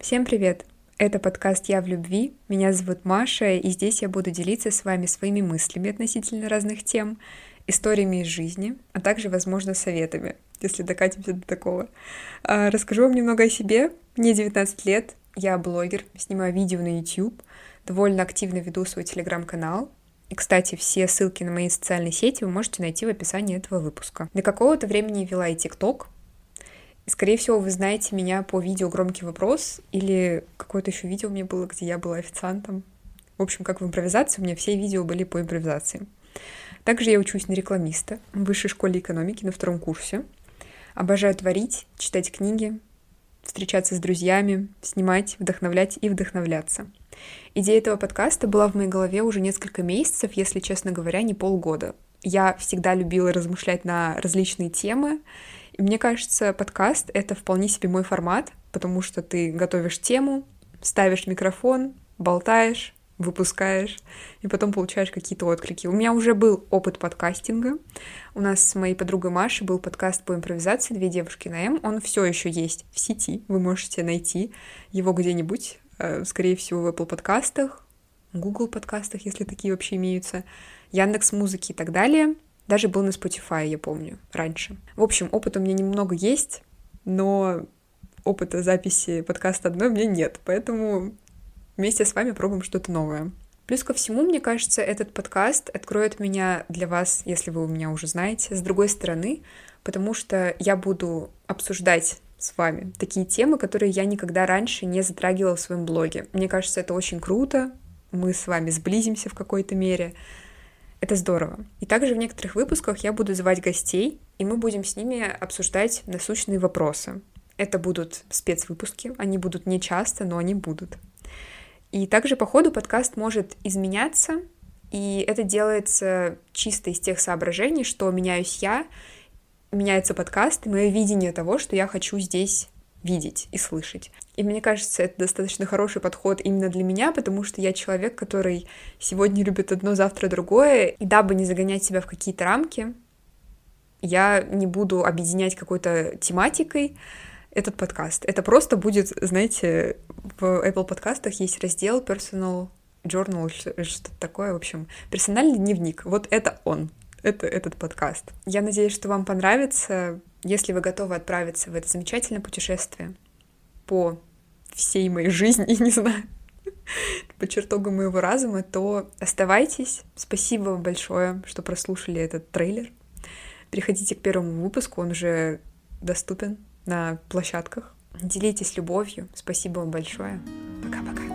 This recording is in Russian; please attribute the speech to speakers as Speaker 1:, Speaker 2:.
Speaker 1: Всем привет! Это подкаст «Я в любви». Меня зовут Маша, и здесь я буду делиться с вами своими мыслями относительно разных тем, историями из жизни, а также, возможно, советами, если докатимся до такого. Расскажу вам немного о себе. Мне 19 лет, я блогер, снимаю видео на YouTube, довольно активно веду свой телеграм-канал. И, кстати, все ссылки на мои социальные сети вы можете найти в описании этого выпуска. До какого-то времени вела и TikTok. Скорее всего, вы знаете меня по видео «Громкий вопрос» или какое-то еще видео у меня было, где я была официантом. В общем, как в импровизации, у меня все видео были по импровизации. Также я учусь на рекламиста в Высшей школе экономики на 2 курсе. Обожаю творить, читать книги, встречаться с друзьями, снимать, вдохновлять и вдохновляться. Идея этого подкаста была в моей голове уже несколько месяцев, если честно говоря, не полгода. Я всегда любила размышлять на различные темы, и мне кажется, подкаст — это вполне себе мой формат, потому что ты готовишь тему, ставишь микрофон, болтаешь, выпускаешь, и потом получаешь какие-то отклики. У меня уже был опыт подкастинга. У нас с моей подругой Машей был подкаст по импровизации «Две девушки на М». Он все еще есть в сети, вы можете найти его где-нибудь, скорее всего, в Apple подкастах, Google подкастах, если такие вообще имеются, Яндекс.Музыки и так далее. Даже был на Spotify, я помню, раньше. В общем, опыта у меня немного есть, но опыта записи подкаста одной у меня нет, поэтому вместе с вами пробуем что-то новое. Плюс ко всему, мне кажется, этот подкаст откроет меня для вас, если вы меня уже знаете, с другой стороны, потому что я буду обсуждать с вами такие темы, которые я никогда раньше не затрагивала в своем блоге. Мне кажется, это очень круто, мы с вами сблизимся в какой-то мере. Это здорово. И также в некоторых выпусках я буду звать гостей, и мы будем с ними обсуждать насущные вопросы. Это будут спецвыпуски, они будут не часто, но они будут. И также по ходу подкаст может изменяться, и это делается чисто из тех соображений, что меняюсь я, меняется подкаст, и мое видение того, что я хочу здесь видеть и слышать. И мне кажется, это достаточно хороший подход именно для меня, потому что я человек, который сегодня любит одно, завтра другое, и дабы не загонять себя в какие-то рамки, я не буду объединять какой-то тематикой этот подкаст. Это просто будет, знаете, в Apple подкастах есть раздел Personal Journal, что-то такое, в общем, персональный дневник. Вот это он. Это этот подкаст. Я надеюсь, что вам понравится. Если вы готовы отправиться в это замечательное путешествие по всей моей жизни, и не знаю, по чертогам моего разума, то оставайтесь. Спасибо вам большое, что прослушали этот трейлер. Переходите к первому выпуску, он уже доступен на площадках. Делитесь любовью. Спасибо вам большое. Пока-пока.